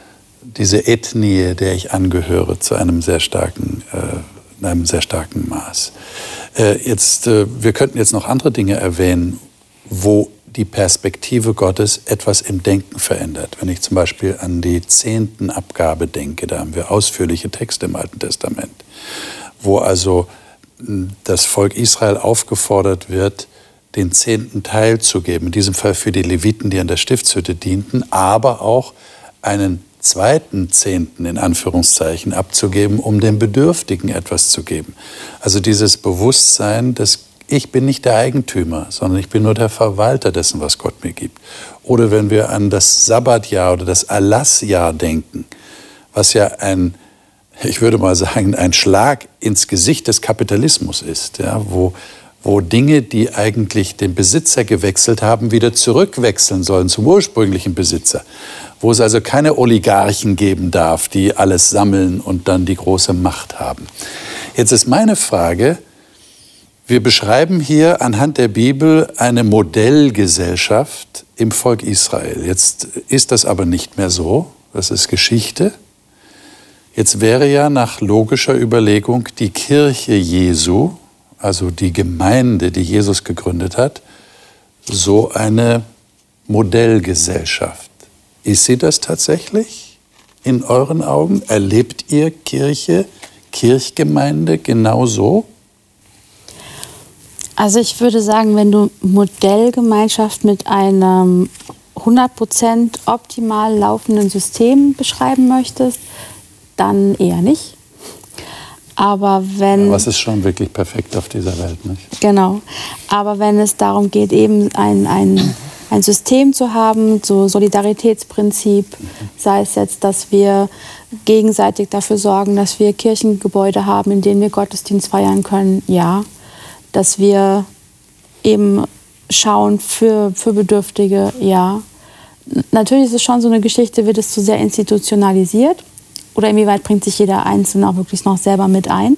diese Ethnie, der ich angehöre, zu einem sehr starken äh, in einem sehr starken Maß. Äh, jetzt, äh, wir könnten jetzt noch andere Dinge erwähnen, wo die Perspektive Gottes etwas im Denken verändert. Wenn ich zum Beispiel an die Zehntenabgabe denke, da haben wir ausführliche Texte im Alten Testament, wo also das Volk Israel aufgefordert wird, den zehnten Teil zu geben, in diesem Fall für die Leviten, die an der Stiftshütte dienten, aber auch einen zweiten Zehnten in Anführungszeichen abzugeben, um den Bedürftigen etwas zu geben. Also dieses Bewusstsein, dass ich bin nicht der Eigentümer, sondern ich bin nur der Verwalter dessen, was Gott mir gibt. Oder wenn wir an das Sabbatjahr oder das Erlassjahr denken, was ja ein, ich würde mal sagen, ein Schlag ins Gesicht des Kapitalismus ist, ja, wo wo Dinge, die eigentlich den Besitzer gewechselt haben, wieder zurückwechseln sollen zum ursprünglichen Besitzer. Wo es also keine Oligarchen geben darf, die alles sammeln und dann die große Macht haben. Jetzt ist meine Frage, wir beschreiben hier anhand der Bibel eine Modellgesellschaft im Volk Israel. Jetzt ist das aber nicht mehr so, das ist Geschichte. Jetzt wäre ja nach logischer Überlegung die Kirche Jesu, also die Gemeinde, die Jesus gegründet hat, so eine Modellgesellschaft. Ist sie das tatsächlich in euren Augen? Erlebt ihr Kirche, Kirchgemeinde genauso? Also ich würde sagen, wenn du Modellgemeinschaft mit einem hundert Prozent optimal laufenden System beschreiben möchtest, dann eher nicht. Aber wenn, ja, was ist schon wirklich perfekt auf dieser Welt, nicht? Genau. Aber wenn es darum geht, eben ein, ein, ein System zu haben, so Solidaritätsprinzip, mhm. sei es jetzt, dass wir gegenseitig dafür sorgen, dass wir Kirchengebäude haben, in denen wir Gottesdienst feiern können, ja. Dass wir eben schauen für, für Bedürftige, ja. Natürlich ist es schon so eine Geschichte, wird es zu sehr institutionalisiert. Oder inwieweit bringt sich jeder Einzelne auch wirklich noch selber mit ein.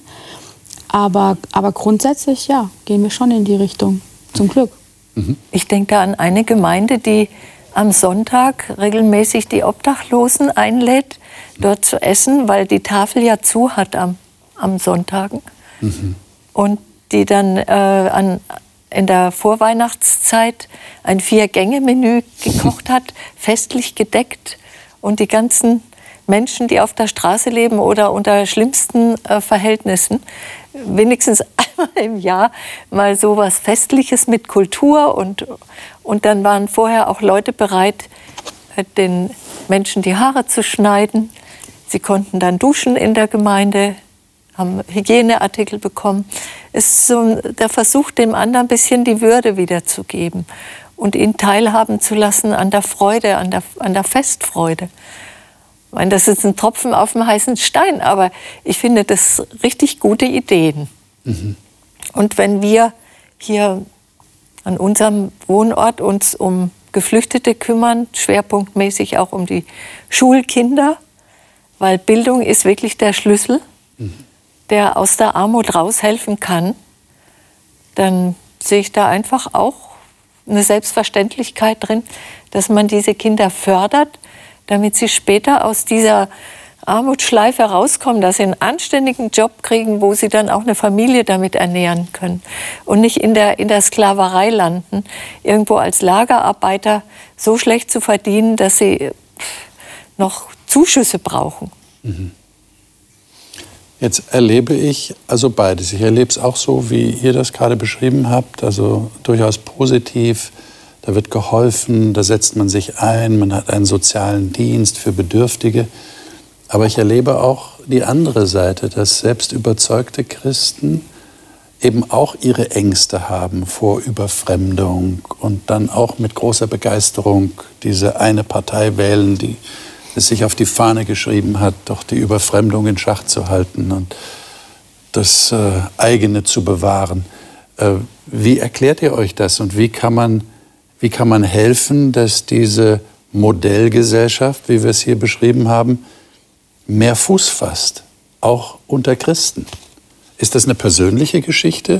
Aber, aber grundsätzlich, ja, gehen wir schon in die Richtung, zum Glück. Mhm. Ich denke da an eine Gemeinde, die am Sonntag regelmäßig die Obdachlosen einlädt, dort zu essen, weil die Tafel ja zu hat am, am Sonntagen. Mhm. Und die dann äh, an, in der Vorweihnachtszeit ein Vier-Gänge-Menü gekocht hat, festlich gedeckt. Und die ganzen Menschen, die auf der Straße leben oder unter schlimmsten äh, Verhältnissen, wenigstens einmal im Jahr mal so was Festliches mit Kultur. Und, und dann waren vorher auch Leute bereit, äh, den Menschen die Haare zu schneiden. Sie konnten dann duschen in der Gemeinde, haben Hygieneartikel bekommen. Es ist so der Versuch, dem anderen ein bisschen die Würde wiederzugeben und ihn teilhaben zu lassen an der Freude, an der, an der Festfreude. Ich meine, das ist ein Tropfen auf dem heißen Stein, aber ich finde das richtig gute Ideen. Mhm. Und wenn wir hier an unserem Wohnort uns um Geflüchtete kümmern, schwerpunktmäßig auch um die Schulkinder, weil Bildung ist wirklich der Schlüssel, mhm. der aus der Armut raushelfen kann, dann sehe ich da einfach auch eine Selbstverständlichkeit drin, dass man diese Kinder fördert, damit sie später aus dieser Armutsschleife rauskommen, dass sie einen anständigen Job kriegen, wo sie dann auch eine Familie damit ernähren können und nicht in der, in der Sklaverei landen, irgendwo als Lagerarbeiter so schlecht zu verdienen, dass sie noch Zuschüsse brauchen. Mhm. Jetzt erlebe ich also beides. Ich erlebe es auch so, wie ihr das gerade beschrieben habt, also durchaus positiv. Da wird geholfen, da setzt man sich ein, man hat einen sozialen Dienst für Bedürftige. Aber ich erlebe auch die andere Seite, dass selbst überzeugte Christen eben auch ihre Ängste haben vor Überfremdung und dann auch mit großer Begeisterung diese eine Partei wählen, die es sich auf die Fahne geschrieben hat, doch die Überfremdung in Schach zu halten und das äh, eigene zu bewahren. Äh, wie erklärt ihr euch das und wie kann man, wie kann man helfen, dass diese Modellgesellschaft, wie wir es hier beschrieben haben, mehr Fuß fasst, auch unter Christen? Ist das eine persönliche Geschichte?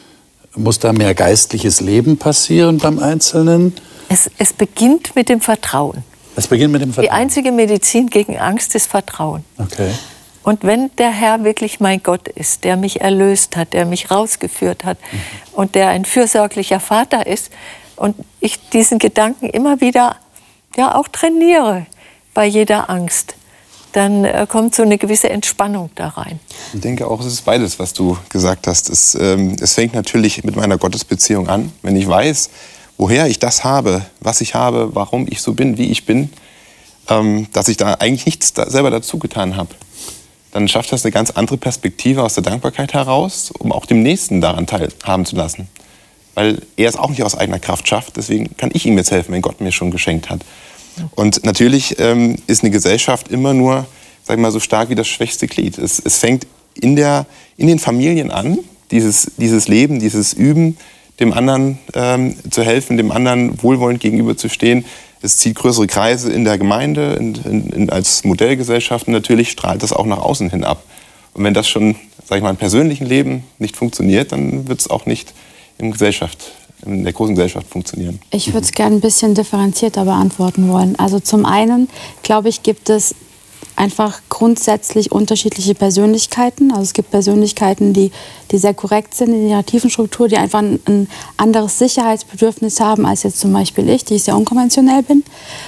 Muss da mehr geistliches Leben passieren beim Einzelnen? Es, es beginnt mit dem Vertrauen. Es beginnt mit dem Vertrauen. Die einzige Medizin gegen Angst ist Vertrauen. Okay. Und wenn der Herr wirklich mein Gott ist, der mich erlöst hat, der mich rausgeführt hat mhm. und der ein fürsorglicher Vater ist und ich diesen Gedanken immer wieder ja, auch trainiere bei jeder Angst, dann äh, kommt so eine gewisse Entspannung da rein. Ich denke auch, es ist beides, was du gesagt hast. Es, ähm, es fängt natürlich mit meiner Gottesbeziehung an. Wenn ich weiß, woher ich das habe, was ich habe, warum ich so bin, wie ich bin, ähm, dass ich da eigentlich nichts da selber dazu getan habe, dann schafft das eine ganz andere Perspektive aus der Dankbarkeit heraus, um auch dem Nächsten daran teilhaben zu lassen. Weil er es auch nicht aus eigener Kraft schafft, deswegen kann ich ihm jetzt helfen, wenn Gott mir schon geschenkt hat. Und natürlich ähm, ist eine Gesellschaft immer nur, sag ich mal, so stark wie das schwächste Glied. Es, es fängt in, der, in den Familien an, dieses, dieses Leben, dieses Üben, dem anderen ähm, zu helfen, dem anderen wohlwollend gegenüberzustehen. Es zieht größere Kreise in der Gemeinde, in, in, in, als Modellgesellschaft. Und natürlich strahlt das auch nach außen hin ab. Und wenn das schon, sag ich mal, im persönlichen Leben nicht funktioniert, dann wird es auch nicht in Gesellschaft in der großen Gesellschaft funktionieren. Ich würde es gerne ein bisschen differenzierter beantworten wollen. Also zum einen, glaube ich, gibt es einfach grundsätzlich unterschiedliche Persönlichkeiten. Also es gibt Persönlichkeiten, die, die sehr korrekt sind in ihrer tiefen Struktur, die einfach ein, ein anderes Sicherheitsbedürfnis haben als jetzt zum Beispiel ich, die sehr unkonventionell bin.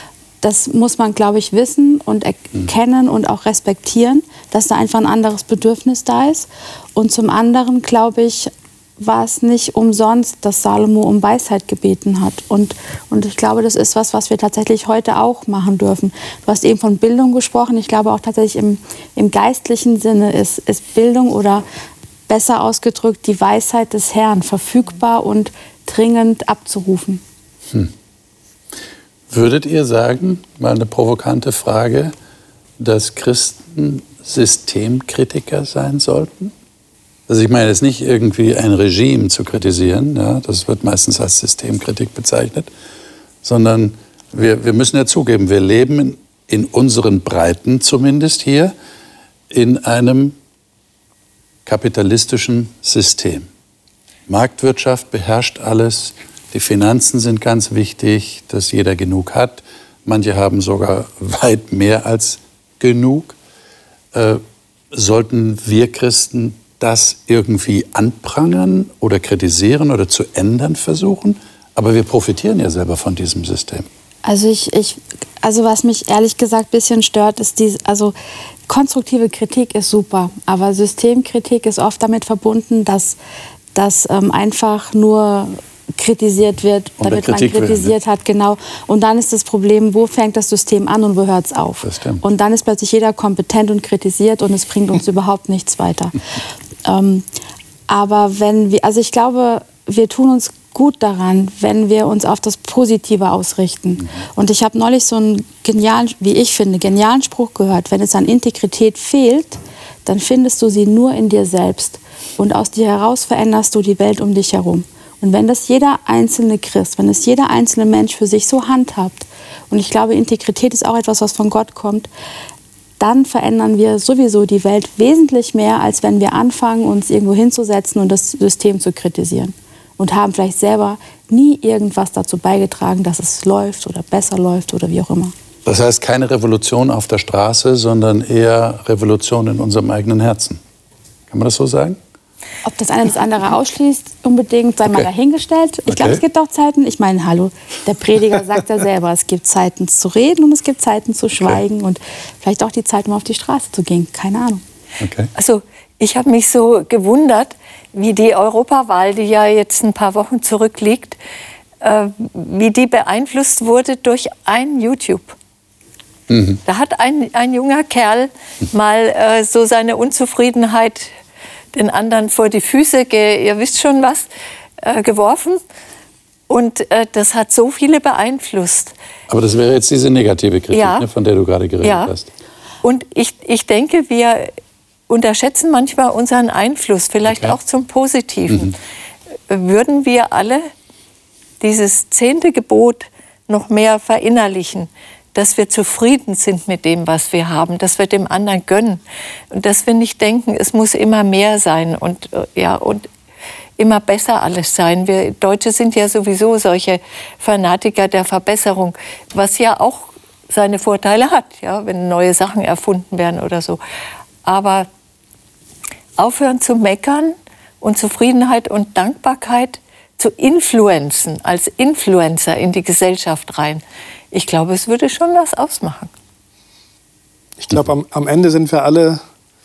Das muss man, glaube ich, wissen und erkennen und auch respektieren, dass da einfach ein anderes Bedürfnis da ist. Und zum anderen, glaube ich, war es nicht umsonst, dass Salomo um Weisheit gebeten hat. Und, und ich glaube, das ist was, was wir tatsächlich heute auch machen dürfen. Du hast eben von Bildung gesprochen. Ich glaube auch tatsächlich im, im geistlichen Sinne ist, ist Bildung oder besser ausgedrückt die Weisheit des Herrn verfügbar und dringend abzurufen. Hm. Würdet ihr sagen, mal eine provokante Frage, dass Christen Systemkritiker sein sollten? Also ich meine jetzt nicht irgendwie ein Regime zu kritisieren, ja, das wird meistens als Systemkritik bezeichnet, sondern wir, wir müssen ja zugeben, wir leben in, in unseren Breiten zumindest hier in einem kapitalistischen System. Marktwirtschaft beherrscht alles, die Finanzen sind ganz wichtig, dass jeder genug hat. Manche haben sogar weit mehr als genug. Äh, sollten wir Christen das irgendwie anprangern oder kritisieren oder zu ändern versuchen? Aber wir profitieren ja selber von diesem System. Also, ich, ich, also was mich ehrlich gesagt ein bisschen stört, ist die, also konstruktive Kritik ist super, aber Systemkritik ist oft damit verbunden, dass, dass ähm, einfach nur kritisiert wird, damit man kritisiert hat, genau. Und dann ist das Problem, wo fängt das System an und wo hört es auf? Das stimmt. Und dann ist plötzlich jeder kompetent und kritisiert und es bringt uns überhaupt nichts weiter. Ähm, aber wenn wir, also ich glaube, wir tun uns gut daran, wenn wir uns auf das Positive ausrichten. Mhm. Und ich habe neulich so einen genialen, wie ich finde, genialen Spruch gehört: Wenn es an Integrität fehlt, dann findest du sie nur in dir selbst. Und aus dir heraus veränderst du die Welt um dich herum. Und wenn das jeder einzelne Christ, wenn es jeder einzelne Mensch für sich so handhabt, und ich glaube, Integrität ist auch etwas, was von Gott kommt, dann verändern wir sowieso die Welt wesentlich mehr, als wenn wir anfangen, uns irgendwo hinzusetzen und das System zu kritisieren. Und haben vielleicht selber nie irgendwas dazu beigetragen, dass es läuft oder besser läuft oder wie auch immer. Das heißt, keine Revolution auf der Straße, sondern eher Revolution in unserem eigenen Herzen. Kann man das so sagen? Ob das eine das andere ausschließt, unbedingt, sei okay. mal dahingestellt. Ich okay. glaube, es gibt auch Zeiten, ich meine, hallo, der Prediger sagt ja selber, es gibt Zeiten zu reden und es gibt Zeiten zu schweigen okay. und vielleicht auch die Zeit, um auf die Straße zu gehen, keine Ahnung. Okay. Also ich habe mich so gewundert, wie die Europawahl, die ja jetzt ein paar Wochen zurückliegt, äh, wie die beeinflusst wurde durch ein YouTube. Mhm. Da hat ein, ein junger Kerl mal äh, so seine Unzufriedenheit den anderen vor die Füße, ge, ihr wisst schon was, äh, geworfen. Und äh, das hat so viele beeinflusst. Aber das wäre jetzt diese negative Kritik, ja. ne, von der du gerade geredet ja. hast. Und ich, ich denke, wir unterschätzen manchmal unseren Einfluss, vielleicht okay. auch zum Positiven. Mhm. Würden wir alle dieses zehnte Gebot noch mehr verinnerlichen, dass wir zufrieden sind mit dem, was wir haben, dass wir dem anderen gönnen und dass wir nicht denken, es muss immer mehr sein und, ja, und immer besser alles sein. Wir Deutsche sind ja sowieso solche Fanatiker der Verbesserung, was ja auch seine Vorteile hat, ja, wenn neue Sachen erfunden werden oder so. Aber aufhören zu meckern und Zufriedenheit und Dankbarkeit zu influenzen, als Influencer in die Gesellschaft rein. Ich glaube, es würde schon was ausmachen. Ich glaube, am, am Ende sind wir alle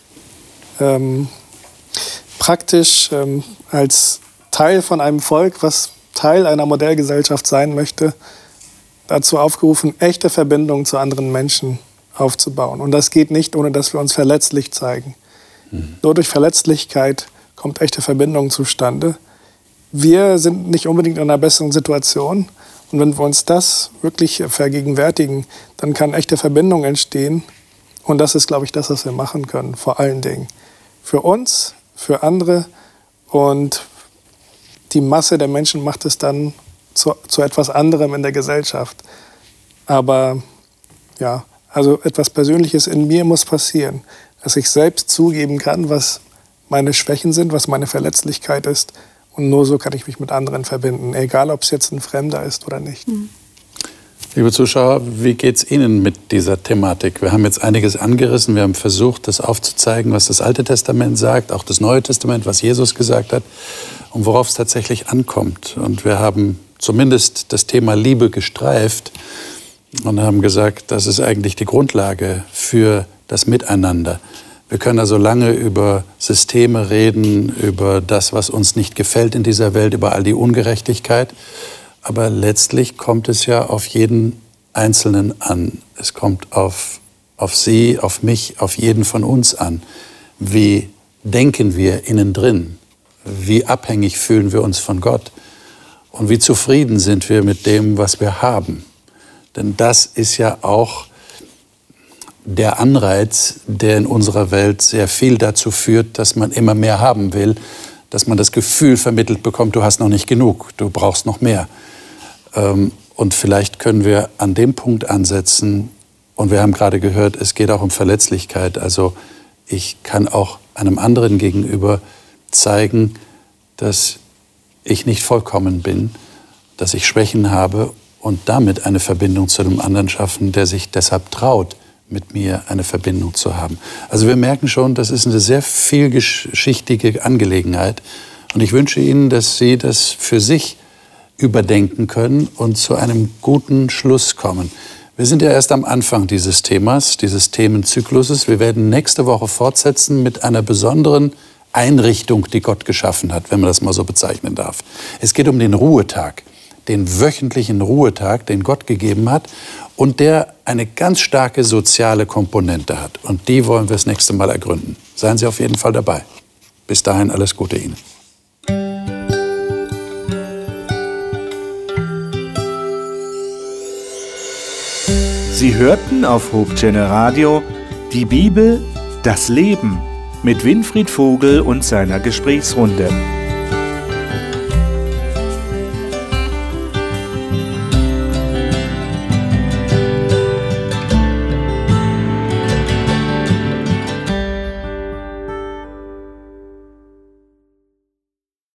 ähm, praktisch ähm, als Teil von einem Volk, was Teil einer Modellgesellschaft sein möchte, dazu aufgerufen, echte Verbindungen zu anderen Menschen aufzubauen. Und das geht nicht, ohne dass wir uns verletzlich zeigen. Mhm. Nur durch Verletzlichkeit kommt echte Verbindung zustande. Wir sind nicht unbedingt in einer besseren Situation. Und wenn wir uns das wirklich vergegenwärtigen, dann kann echte Verbindung entstehen. Und das ist, glaube ich, das, was wir machen können, vor allen Dingen. Für uns, für andere. Und die Masse der Menschen macht es dann zu, zu etwas anderem in der Gesellschaft. Aber ja, also etwas Persönliches in mir muss passieren. Dass ich selbst zugeben kann, was meine Schwächen sind, was meine Verletzlichkeit ist. Und nur so kann ich mich mit anderen verbinden, egal ob es jetzt ein Fremder ist oder nicht. Mhm. Liebe Zuschauer, wie geht es Ihnen mit dieser Thematik? Wir haben jetzt einiges angerissen, wir haben versucht, das aufzuzeigen, was das Alte Testament sagt, auch das Neue Testament, was Jesus gesagt hat und worauf es tatsächlich ankommt. Und wir haben zumindest das Thema Liebe gestreift und haben gesagt, das ist eigentlich die Grundlage für das Miteinander. Wir können also lange über Systeme reden, über das, was uns nicht gefällt in dieser Welt, über all die Ungerechtigkeit. Aber letztlich kommt es ja auf jeden Einzelnen an. Es kommt auf, auf Sie, auf mich, auf jeden von uns an. Wie denken wir innen drin? Wie abhängig fühlen wir uns von Gott? Und wie zufrieden sind wir mit dem, was wir haben? Denn das ist ja auch der Anreiz, der in unserer Welt sehr viel dazu führt, dass man immer mehr haben will, dass man das Gefühl vermittelt bekommt, du hast noch nicht genug, du brauchst noch mehr. Und vielleicht können wir an dem Punkt ansetzen, und wir haben gerade gehört, es geht auch um Verletzlichkeit. Also ich kann auch einem anderen gegenüber zeigen, dass ich nicht vollkommen bin, dass ich Schwächen habe und damit eine Verbindung zu einem anderen schaffen, der sich deshalb traut, mit mir eine Verbindung zu haben. Also wir merken schon, das ist eine sehr vielschichtige Angelegenheit. Und ich wünsche Ihnen, dass Sie das für sich überdenken können und zu einem guten Schluss kommen. Wir sind ja erst am Anfang dieses Themas, dieses Themenzykluses. Wir werden nächste Woche fortsetzen mit einer besonderen Einrichtung, die Gott geschaffen hat, wenn man das mal so bezeichnen darf. Es geht um den Ruhetag, den wöchentlichen Ruhetag, den Gott gegeben hat und der eine ganz starke soziale Komponente hat. Und die wollen wir das nächste Mal ergründen. Seien Sie auf jeden Fall dabei. Bis dahin alles Gute Ihnen. Sie hörten auf Hope Channel Radio die Bibel, das Leben mit Winfried Vogel und seiner Gesprächsrunde.